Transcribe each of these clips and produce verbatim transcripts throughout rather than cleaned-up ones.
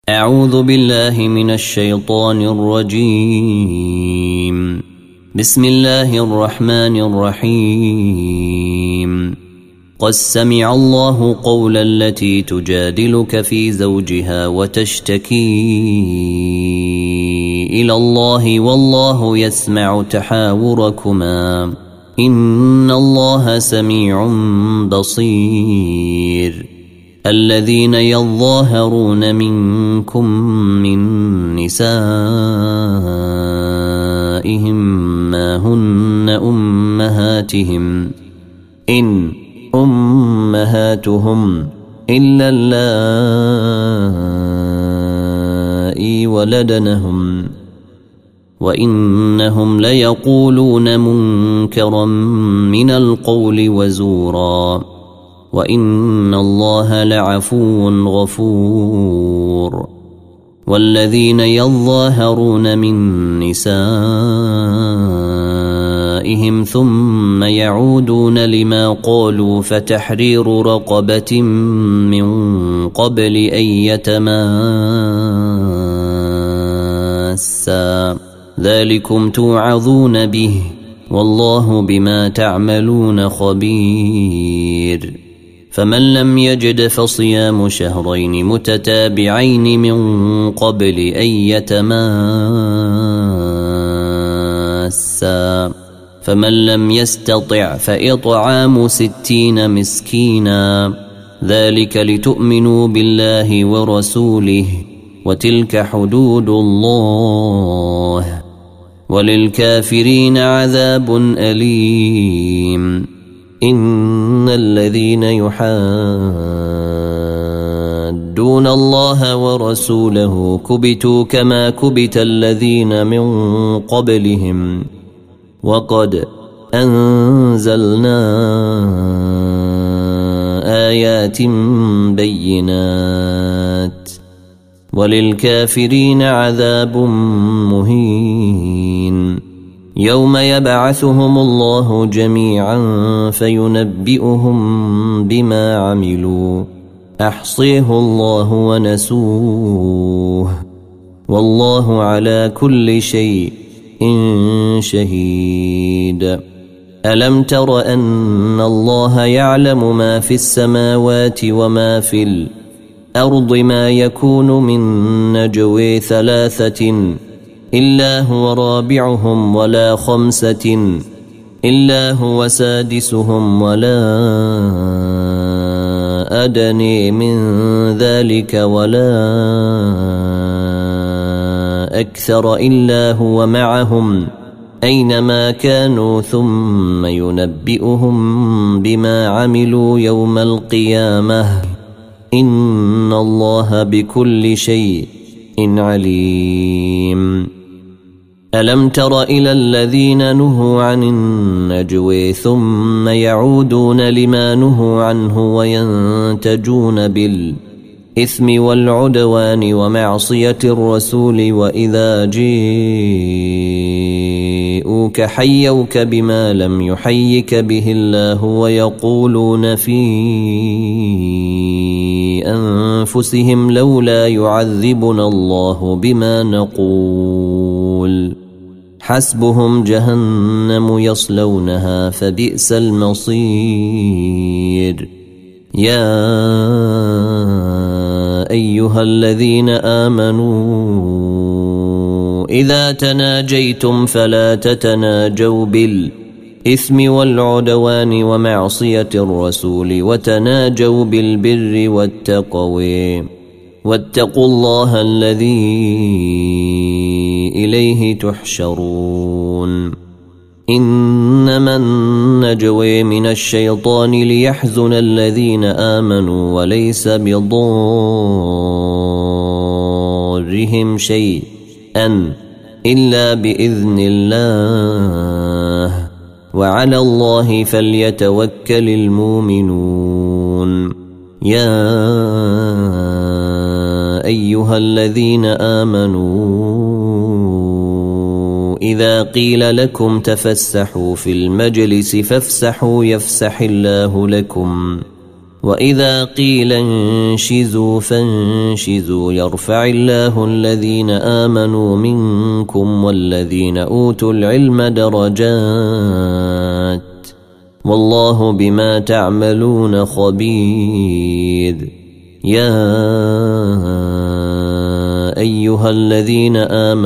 أعوذ بالله من الشيطان الرجيم. بسم الله الرحمن الرحيم. قد سمع الله قول التي تجادلك في زوجها وتشتكي إلى الله والله يسمع تحاوركما إن الله سميع بصير. الذين يظاهرون منكم من نسائهم ما هن أمهاتهم إن أمهاتهم إلا اللائي ولدنهم وإنهم ليقولون منكرا من القول وزورا وإن الله لعفو غفور. والذين يظاهرون من نسائهم ثم يعودون لما قالوا فتحرير رقبة من قبل أن يتماسا ذلكم توعظون به والله بما تعملون خبير. فمن لم يجد فصيام شهرين متتابعين من قبل أن يتماسا فمن لم يستطع فإطعام ستين مسكينا ذلك لتؤمنوا بالله ورسوله وتلك حدود الله وللكافرين عذاب أليم. إن الذين يحادون الله ورسوله كبتوا كما كبت الذين من قبلهم وقد أنزلنا آيات بينات وللكافرين عذاب مهين. يوم يبعثهم الله جميعا فينبئهم بما عملوا أحصيه الله ونسوه والله على كل شيء شهيد. ألم تر أن الله يعلم ما في السماوات وما في الأرض ما يكون من نجوى ثلاثة إلا هو رابعهم ولا خمسة إلا هو سادسهم ولا أدنى من ذلك ولا أكثر إلا هو معهم أينما كانوا ثم ينبئهم بما عملوا يوم القيامة إن الله بكل شيء عليم. ألم تر إلى الذين نهوا عن النجوى ثم يعودون لما نهوا عنه وينتجون بالإثم والعدوان ومعصية الرسول وإذا جيءوك حيوك بما لم يحيك به الله ويقولون في أنفسهم لولا يعذبنا الله بما نقول حسبهم جهنم يصلونها فبئس المصير. يا أيها الذين آمنوا إذا تناجيتم فلا تتناجوا بالإثم والعدوان ومعصية الرسول وتناجوا بالبر والتقوى واتقوا الله الذي إليه تحشرون. إنما النجوى من الشيطان ليحزن الذين آمنوا وليس بضارهم شيئا إلا بإذن الله وعلى الله فليتوكل المؤمنون. يا أيها الذين آمنوا إذا قيل لكم تفسحوا في المجلس فافسحوا يفسح الله لكم وإذا قيل انشزوا فانشزوا يرفع الله الذين آمنوا منكم والذين أوتوا العلم درجات والله بما تعملون خبير. يا أيها الذين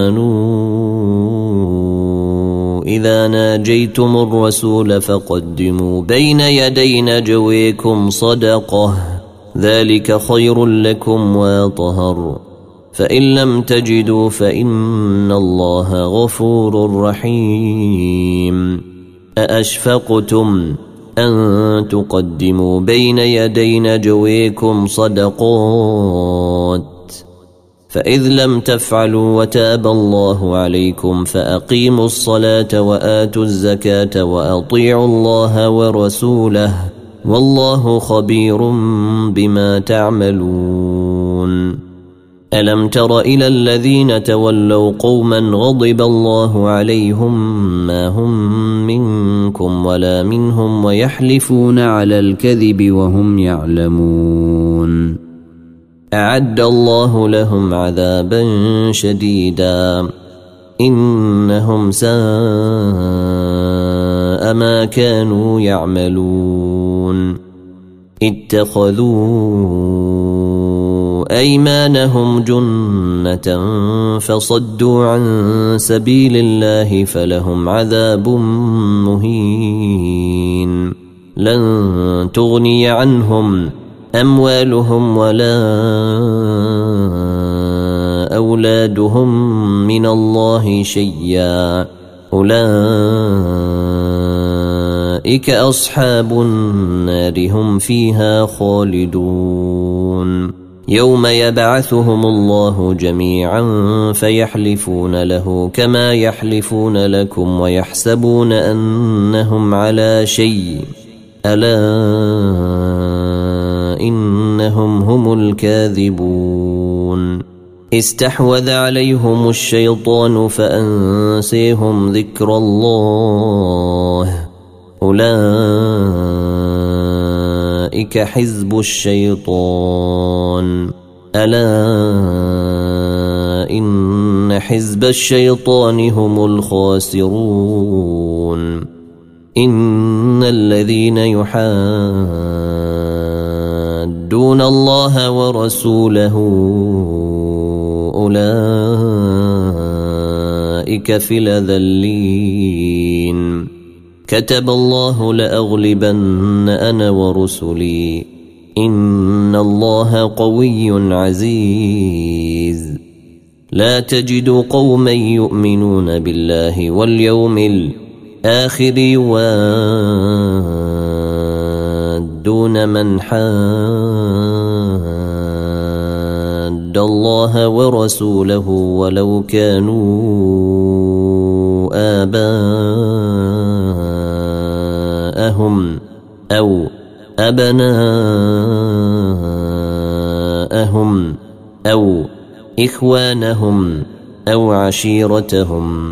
آمنوا إذا ناجيتم الرسول فقدموا بين يدي نجويكم صدقة ذلك خير لكم وأطهر فإن لم تجدوا فإن الله غفور رحيم. أأشفقتم أن تقدموا بين يدي نجويكم صدقات فإذ لم تفعلوا وتاب الله عليكم فأقيموا الصلاة وآتوا الزكاة وأطيعوا الله ورسوله والله خبير بما تعملون. ألم تر إلى الذين تولوا قوما غضب الله عليهم ما هم منكم ولا منهم ويحلفون على الكذب وهم يعلمون أعد الله لهم عذابا شديدا إنهم ساء ما كانوا يعملون. اتخذوا أيمانهم جنة فصدوا عن سبيل الله فلهم عذاب مهين. لن تغني عنهم أموالهم ولا أولادهم من الله شيئا أولئك أصحاب النار هم فيها خالدون. يوم يبعثهم الله جميعا فيحلفون له كما يحلفون لكم ويحسبون أنهم على شيء ألا إنهم هم الكاذبون. استحوذ عليهم الشيطان فأنسيهم ذكر الله أولئك حزب الشيطان ألا إن حزب الشيطان هم الخاسرون. إن الذين يحادون الله ورسوله أولئك في الأذلين. كتب الله لأغلبن أنا ورسلي إن الله قوي عزيز. لا تجد قوما يؤمنون بالله واليوم الآخر يوادون من حاد الله ورسوله ولو كانوا آباءهم أو أبناءهم أو إخوانهم أو عشيرتهم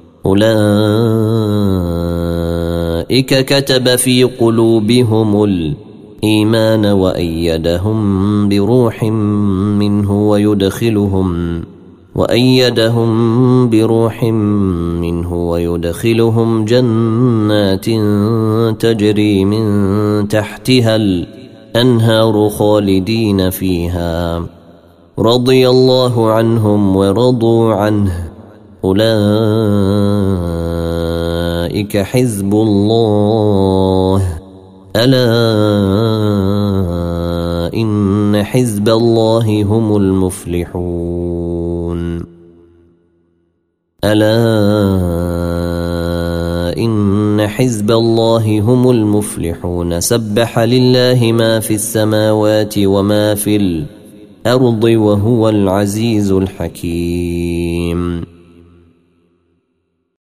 أولئك كتب في قلوبهم الإيمان وأيدهم بروح منه ويدخلهم وأيدهم بروح منه ويدخلهم جنات تجري من تحتها الأنهار خالدين فيها رضي الله عنهم ورضوا عنه أولئك حزب الله ألا إن حزب الله هم المفلحون. ألا إن حزب الله هم المفلحون. سبح لله ما في السماوات وما في الأرض وهو العزيز الحكيم.